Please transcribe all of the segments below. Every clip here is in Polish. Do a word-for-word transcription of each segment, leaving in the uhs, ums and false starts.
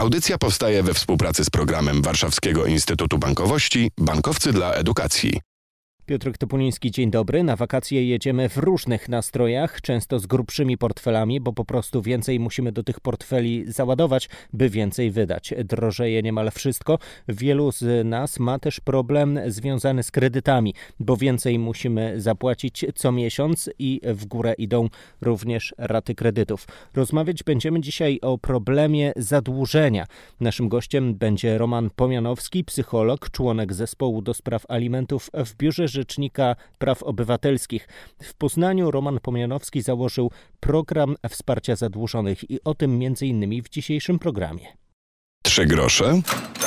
Audycja powstaje we współpracy z programem Warszawskiego Instytutu Bankowości Bankowcy dla Edukacji. Piotr Topuliński, dzień dobry. Na wakacje jedziemy w różnych nastrojach, często z grubszymi portfelami, bo po prostu więcej musimy do tych portfeli załadować, by więcej wydać. Drożeje niemal wszystko. Wielu z nas ma też problem związany z kredytami, bo więcej musimy zapłacić co miesiąc i w górę idą również raty kredytów. Rozmawiać będziemy dzisiaj o problemie zadłużenia. Naszym gościem będzie Roman Pomianowski, psycholog, członek zespołu do spraw alimentów w Biurze Rzecznika Praw Obywatelskich. W Poznaniu Roman Pomianowski założył program wsparcia zadłużonych i o tym między innymi w dzisiejszym programie. Trzy grosze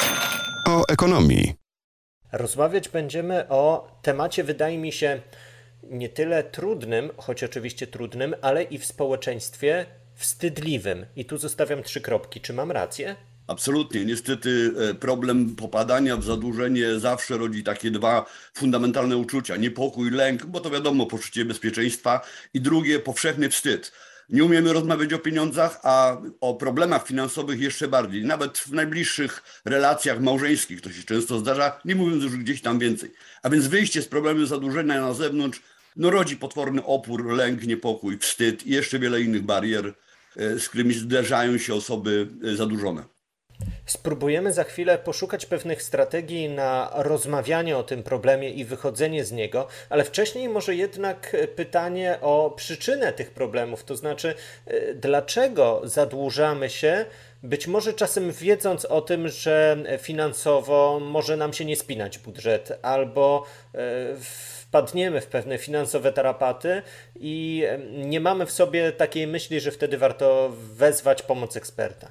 o ekonomii. Rozmawiać będziemy o temacie, wydaje mi się, nie tyle trudnym, choć oczywiście trudnym, ale i w społeczeństwie wstydliwym. I tu zostawiam trzy kropki. Czy mam rację? Absolutnie. Niestety problem popadania w zadłużenie zawsze rodzi takie dwa fundamentalne uczucia. Niepokój, lęk, bo to wiadomo, poczucie bezpieczeństwa i drugie, powszechny wstyd. Nie umiemy rozmawiać o pieniądzach, a o problemach finansowych jeszcze bardziej. Nawet w najbliższych relacjach małżeńskich to się często zdarza, nie mówiąc już gdzieś tam więcej. A więc wyjście z problemu zadłużenia na zewnątrz no, rodzi potworny opór, lęk, niepokój, wstyd i jeszcze wiele innych barier, z którymi zderzają się osoby zadłużone. Spróbujemy za chwilę poszukać pewnych strategii na rozmawianie o tym problemie i wychodzenie z niego, ale wcześniej może jednak pytanie o przyczynę tych problemów, to znaczy dlaczego zadłużamy się, być może czasem wiedząc o tym, że finansowo może nam się nie spinać budżet, albo wpadniemy w pewne finansowe tarapaty i nie mamy w sobie takiej myśli, że wtedy warto wezwać pomoc eksperta.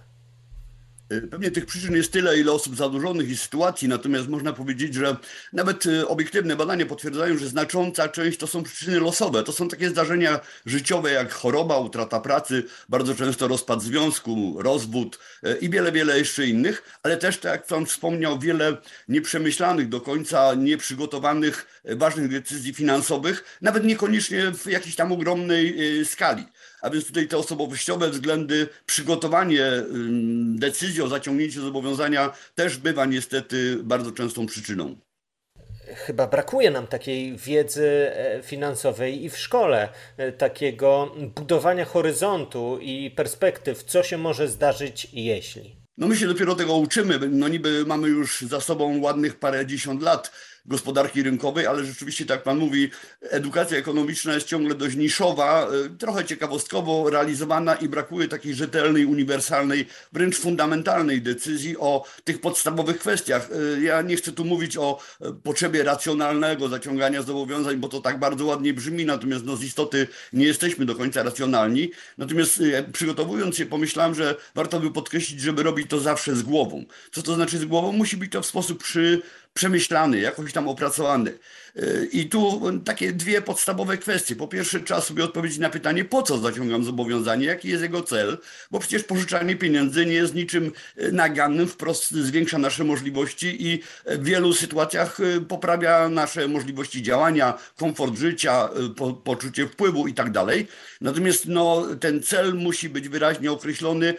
Pewnie tych przyczyn jest tyle, ile osób zadłużonych i sytuacji, natomiast można powiedzieć, że nawet obiektywne badania potwierdzają, że znacząca część to są przyczyny losowe. To są takie zdarzenia życiowe jak choroba, utrata pracy, bardzo często rozpad związku, rozwód i wiele, wiele jeszcze innych, ale też, tak jak Pan wspomniał, wiele nieprzemyślanych, do końca nieprzygotowanych, ważnych decyzji finansowych, nawet niekoniecznie w jakiejś tam ogromnej skali. A więc tutaj te osobowościowe względy, przygotowanie decyzji o zaciągnięciu zobowiązania też bywa niestety bardzo częstą przyczyną. Chyba brakuje nam takiej wiedzy finansowej i w szkole, takiego budowania horyzontu i perspektyw, co się może zdarzyć, jeśli. No my się dopiero tego uczymy, no niby mamy już za sobą ładnych parędziesiąt lat gospodarki rynkowej, ale rzeczywiście, tak Pan mówi, edukacja ekonomiczna jest ciągle dość niszowa, trochę ciekawostkowo realizowana i brakuje takiej rzetelnej, uniwersalnej, wręcz fundamentalnej decyzji o tych podstawowych kwestiach. Ja nie chcę tu mówić o potrzebie racjonalnego zaciągania zobowiązań, bo to tak bardzo ładnie brzmi, natomiast no z istoty nie jesteśmy do końca racjonalni. Natomiast przygotowując się, pomyślałem, że warto by podkreślić, żeby robić to zawsze z głową. Co to znaczy z głową? Musi być to w sposób przy przemyślany, jakoś tam opracowany. I tu takie dwie podstawowe kwestie. Po pierwsze, trzeba sobie odpowiedzieć na pytanie, po co zaciągam zobowiązanie, jaki jest jego cel, bo przecież pożyczanie pieniędzy nie jest niczym nagannym, wprost zwiększa nasze możliwości i w wielu sytuacjach poprawia nasze możliwości działania, komfort życia, po, poczucie wpływu i tak dalej. Natomiast no, ten cel musi być wyraźnie określony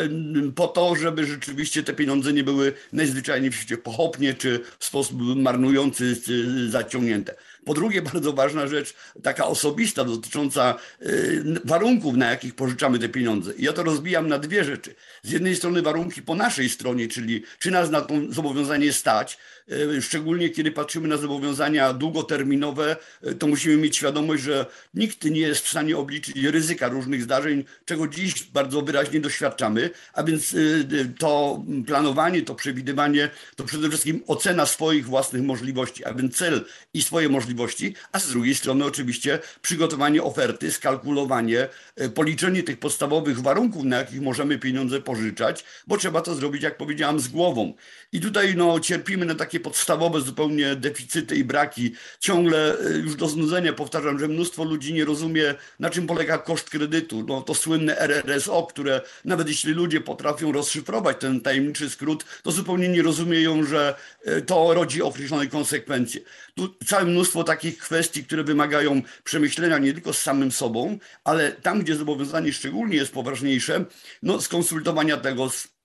po to, żeby rzeczywiście te pieniądze nie były najzwyczajniej w świecie pochopnie czy w sposób marnujący zaciągnięte. Po drugie, bardzo ważna rzecz, taka osobista, dotycząca warunków, na jakich pożyczamy te pieniądze. I ja to rozbijam na dwie rzeczy. Z jednej strony warunki po naszej stronie, czyli czy nas na to zobowiązanie stać, szczególnie kiedy patrzymy na zobowiązania długoterminowe, to musimy mieć świadomość, że nikt nie jest w stanie obliczyć ryzyka różnych zdarzeń, czego dziś bardzo wyraźnie doświadczamy, a więc to planowanie, to przewidywanie, to przede wszystkim ocena swoich własnych możliwości, a więc cel i swoje możliwości, a z drugiej strony oczywiście przygotowanie oferty, skalkulowanie, policzenie tych podstawowych warunków, na jakich możemy pieniądze pożyczać, bo trzeba to zrobić, jak powiedziałam, z głową. I tutaj no, cierpimy na takie podstawowe zupełnie deficyty i braki. Ciągle już do znudzenia powtarzam, że mnóstwo ludzi nie rozumie, na czym polega koszt kredytu. No, to słynne R R S O, które nawet jeśli ludzie potrafią rozszyfrować ten tajemniczy skrót, to zupełnie nie rozumieją, że to rodzi określone konsekwencje. Tu całe mnóstwo takich kwestii, które wymagają przemyślenia nie tylko z samym sobą, ale tam, gdzie zobowiązanie szczególnie jest poważniejsze, no skonsultowania tego z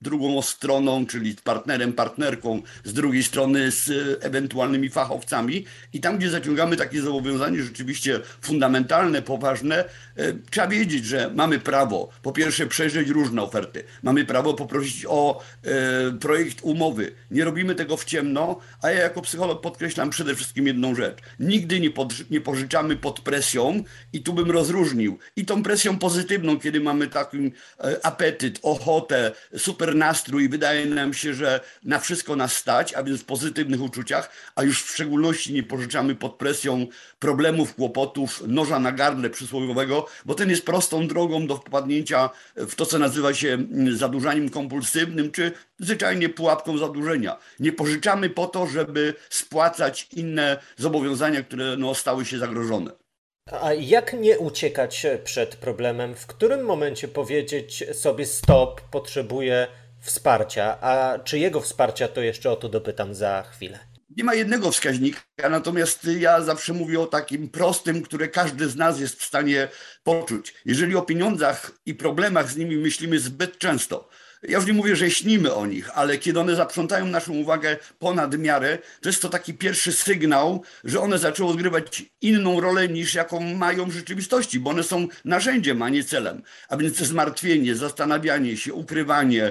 drugą stroną, czyli z partnerem, partnerką, z drugiej strony z ewentualnymi fachowcami i tam, gdzie zaciągamy takie zobowiązanie rzeczywiście fundamentalne, poważne, trzeba wiedzieć, że mamy prawo po pierwsze przejrzeć różne oferty, mamy prawo poprosić o e, projekt umowy, nie robimy tego w ciemno, a ja jako psycholog podkreślam przede wszystkim jedną rzecz. Nigdy nie, pod, nie pożyczamy pod presją i tu bym rozróżnił i tą presją pozytywną, kiedy mamy taki e, apetyt, ochotę, super nastrój, wydaje nam się, że na wszystko nas stać, a więc w pozytywnych uczuciach, a już w szczególności nie pożyczamy pod presją problemów, kłopotów, noża na gardle przysłowiowego, bo ten jest prostą drogą do wpadnięcia w to, co nazywa się zadłużaniem kompulsywnym, czy zwyczajnie pułapką zadłużenia. Nie pożyczamy po to, żeby spłacać inne zobowiązania, które no, stały się zagrożone. A jak nie uciekać przed problemem? W którym momencie powiedzieć sobie stop, potrzebuję wsparcia, a czyjego wsparcia, to jeszcze o to dopytam za chwilę. Nie ma jednego wskaźnika, natomiast ja zawsze mówię o takim prostym, które każdy z nas jest w stanie poczuć. Jeżeli o pieniądzach i problemach z nimi myślimy zbyt często, ja już nie mówię, że śnimy o nich, ale kiedy one zaprzątają naszą uwagę ponad miarę, to jest to taki pierwszy sygnał, że one zaczęły odgrywać inną rolę niż jaką mają w rzeczywistości, bo one są narzędziem, a nie celem. A więc zmartwienie, zastanawianie się, ukrywanie,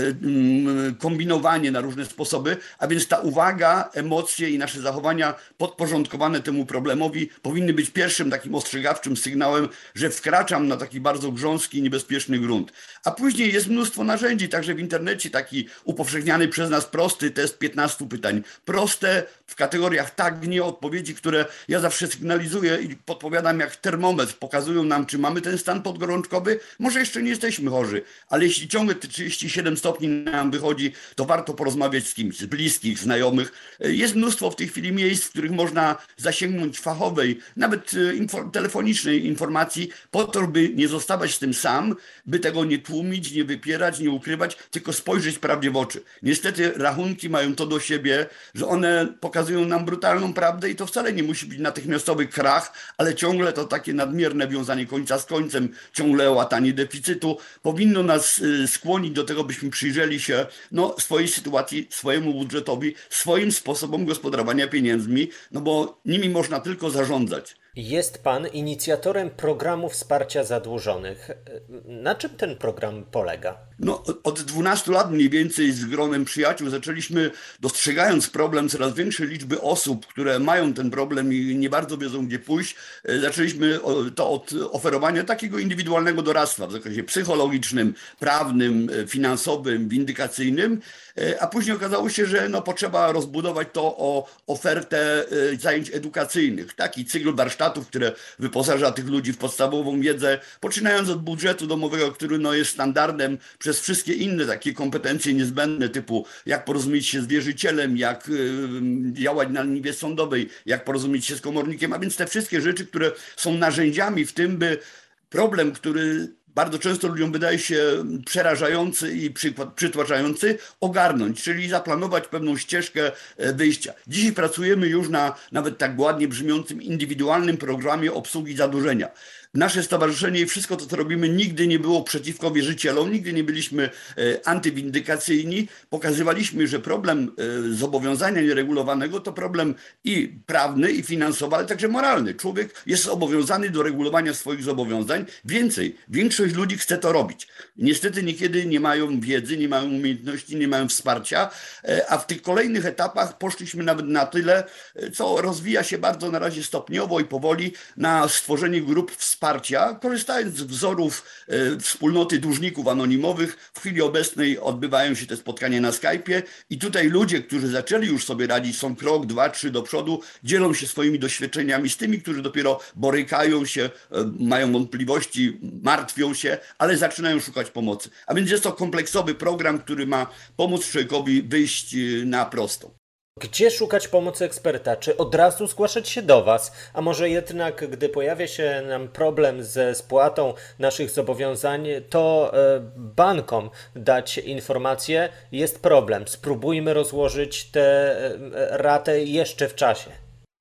kombinowanie na różne sposoby, a więc ta uwaga, emocje i nasze zachowania podporządkowane temu problemowi powinny być pierwszym takim ostrzegawczym sygnałem, że wkraczam na taki bardzo grząski, niebezpieczny grunt. A później jest mnóstwo narzędzi, także w internecie taki upowszechniany przez nas prosty test piętnastu pytań. Proste w kategoriach tak, nie odpowiedzi, które ja zawsze sygnalizuję i podpowiadam jak termometr. Pokazują nam, czy mamy ten stan podgorączkowy. Może jeszcze nie jesteśmy chorzy, ale jeśli ciągle te trzydzieści siedem stopni nam wychodzi, to warto porozmawiać z kimś, z bliskich, znajomych. Jest mnóstwo w tej chwili miejsc, w których można zasięgnąć fachowej, nawet info- telefonicznej informacji po to, by nie zostawać z tym sam, by tego nie tłumić, nie wypierać, nie ukrywać, tylko spojrzeć prawdzie w oczy. Niestety rachunki mają to do siebie, że one pokazują nam brutalną prawdę i to wcale nie musi być natychmiastowy krach, ale ciągle to takie nadmierne wiązanie końca z końcem, ciągle łatanie deficytu powinno nas skłonić do tego, byśmy przyjrzeli się no, swojej sytuacji, swojemu budżetowi, swoim sposobom gospodarowania pieniędzmi, no bo nimi można tylko zarządzać. Jest pan inicjatorem programu wsparcia zadłużonych. Na czym ten program polega? No, od dwunastu lat mniej więcej z gronem przyjaciół zaczęliśmy, dostrzegając problem coraz większej liczby osób, które mają ten problem i nie bardzo wiedzą, gdzie pójść, zaczęliśmy to od oferowania takiego indywidualnego doradztwa w zakresie psychologicznym, prawnym, finansowym, windykacyjnym, a później okazało się, że no, potrzeba rozbudować to o ofertę zajęć edukacyjnych, taki cykl warsztatów, które wyposaża tych ludzi w podstawową wiedzę, poczynając od budżetu domowego, który no, jest standardem, przez wszystkie inne takie kompetencje niezbędne, typu jak porozumieć się z wierzycielem, jak y, działać na niwie sądowej, jak porozumieć się z komornikiem, a więc te wszystkie rzeczy, które są narzędziami w tym, by problem, który bardzo często ludziom wydaje się przerażający i przytłaczający, ogarnąć, czyli zaplanować pewną ścieżkę wyjścia. Dzisiaj pracujemy już na nawet tak ładnie brzmiącym indywidualnym programie obsługi zadłużenia. Nasze stowarzyszenie i wszystko to, co robimy, nigdy nie było przeciwko wierzycielom, nigdy nie byliśmy antywindykacyjni. Pokazywaliśmy, że problem zobowiązania nieregulowanego to problem i prawny, i finansowy, ale także moralny. Człowiek jest zobowiązany do regulowania swoich zobowiązań. Więcej, większość ludzi chce to robić. Niestety niekiedy nie mają wiedzy, nie mają umiejętności, nie mają wsparcia, a w tych kolejnych etapach poszliśmy nawet na tyle, co rozwija się bardzo na razie stopniowo i powoli, na stworzenie grup wsparcia, korzystając z wzorów e, wspólnoty dłużników anonimowych. W chwili obecnej odbywają się te spotkania na Skype'ie i tutaj ludzie, którzy zaczęli już sobie radzić, są krok, dwa, trzy do przodu, dzielą się swoimi doświadczeniami z tymi, którzy dopiero borykają się, e, mają wątpliwości, martwią się, ale zaczynają szukać pomocy. A więc jest to kompleksowy program, który ma pomóc człowiekowi wyjść na prostą. Gdzie szukać pomocy eksperta? Czy od razu zgłaszać się do Was? A może jednak, gdy pojawia się nam problem ze spłatą naszych zobowiązań, to bankom dać informację, jest problem, spróbujmy rozłożyć tę ratę jeszcze w czasie.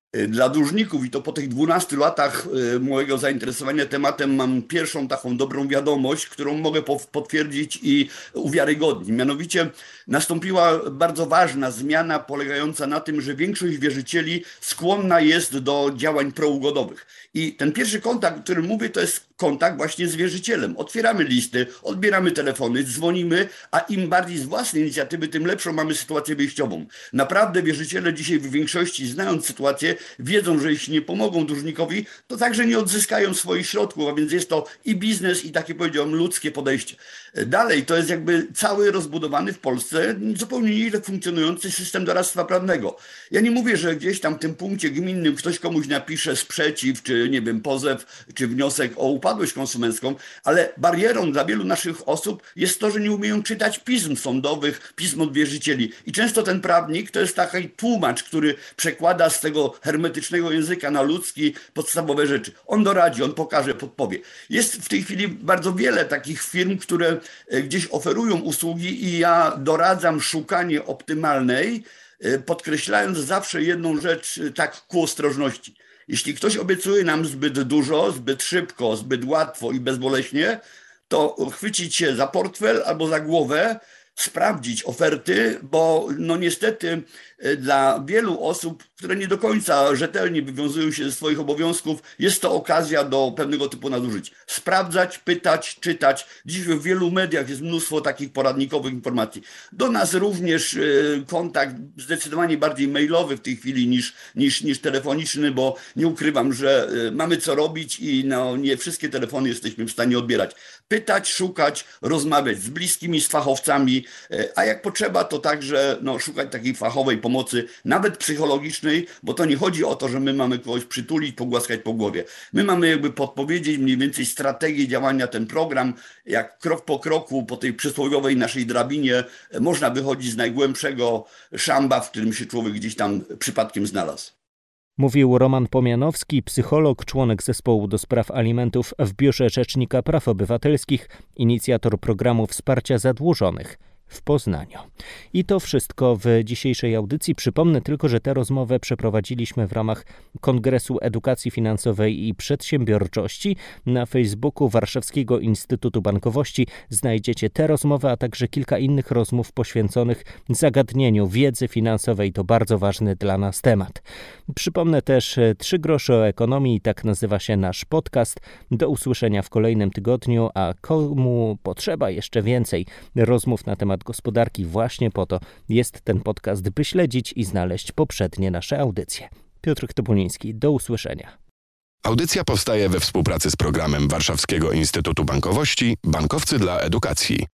Dla dłużników, i to po tych dwunastu latach mojego zainteresowania tematem, mam pierwszą taką dobrą wiadomość, którą mogę potwierdzić i uwiarygodnić. Mianowicie nastąpiła bardzo ważna zmiana polegająca na tym, że większość wierzycieli skłonna jest do działań prougodowych. I ten pierwszy kontakt, o którym mówię, to jest kontakt właśnie z wierzycielem. Otwieramy listy, odbieramy telefony, dzwonimy, a im bardziej z własnej inicjatywy, tym lepszą mamy sytuację wyjściową. Naprawdę wierzyciele dzisiaj w większości, znając sytuację, wiedzą, że jeśli nie pomogą dłużnikowi, to także nie odzyskają swoich środków, a więc jest to i biznes, i takie, powiedziałem, ludzkie podejście. Dalej, to jest jakby cały rozbudowany w Polsce zupełnie nieźle funkcjonujący system doradztwa prawnego. Ja nie mówię, że gdzieś tam w tym punkcie gminnym ktoś komuś napisze sprzeciw, czy nie wiem, pozew, czy wniosek o upadłość konsumencką, ale barierą dla wielu naszych osób jest to, że nie umieją czytać pism sądowych, pism od wierzycieli. I często ten prawnik to jest taki tłumacz, który przekłada z tego hermetycznego języka na ludzki podstawowe rzeczy. On doradzi, on pokaże, podpowie. Jest w tej chwili bardzo wiele takich firm, które gdzieś oferują usługi i ja doradzam szukanie optymalnej, podkreślając zawsze jedną rzecz, tak ku ostrożności. Jeśli ktoś obiecuje nam zbyt dużo, zbyt szybko, zbyt łatwo i bezboleśnie, to chwycić się za portfel albo za głowę, sprawdzić oferty, bo no niestety dla wielu osób, które nie do końca rzetelnie wywiązują się ze swoich obowiązków, jest to okazja do pewnego typu nadużyć. Sprawdzać, pytać, czytać. Dziś w wielu mediach jest mnóstwo takich poradnikowych informacji. Do nas również kontakt zdecydowanie bardziej mailowy w tej chwili niż, niż, niż telefoniczny, bo nie ukrywam, że mamy co robić i no, nie wszystkie telefony jesteśmy w stanie odbierać. Pytać, szukać, rozmawiać z bliskimi, z fachowcami, a jak potrzeba, to także no, szukać takiej fachowej pomocy, nawet psychologicznej, bo to nie chodzi o to, że my mamy kogoś przytulić, pogłaskać po głowie. My mamy jakby podpowiedzieć mniej więcej strategię działania, ten program, jak krok po kroku, po tej przysłowiowej naszej drabinie można wychodzić z najgłębszego szamba, w którym się człowiek gdzieś tam przypadkiem znalazł. Mówił Roman Pomianowski, psycholog, członek zespołu do spraw alimentów w Biurze Rzecznika Praw Obywatelskich, inicjator programu wsparcia zadłużonych w Poznaniu. I to wszystko w dzisiejszej audycji. Przypomnę tylko, że tę rozmowę przeprowadziliśmy w ramach Kongresu Edukacji Finansowej i Przedsiębiorczości. Na Facebooku Warszawskiego Instytutu Bankowości znajdziecie tę rozmowę, a także kilka innych rozmów poświęconych zagadnieniu wiedzy finansowej. To bardzo ważny dla nas temat. Przypomnę też Trzy grosze o ekonomii, tak nazywa się nasz podcast. Do usłyszenia w kolejnym tygodniu, a komu potrzeba jeszcze więcej rozmów na temat gospodarki, właśnie po to jest ten podcast, by śledzić i znaleźć poprzednie nasze audycje. Piotr Topuliński, do usłyszenia. Audycja powstaje we współpracy z programem Warszawskiego Instytutu Bankowości Bankowcy dla Edukacji.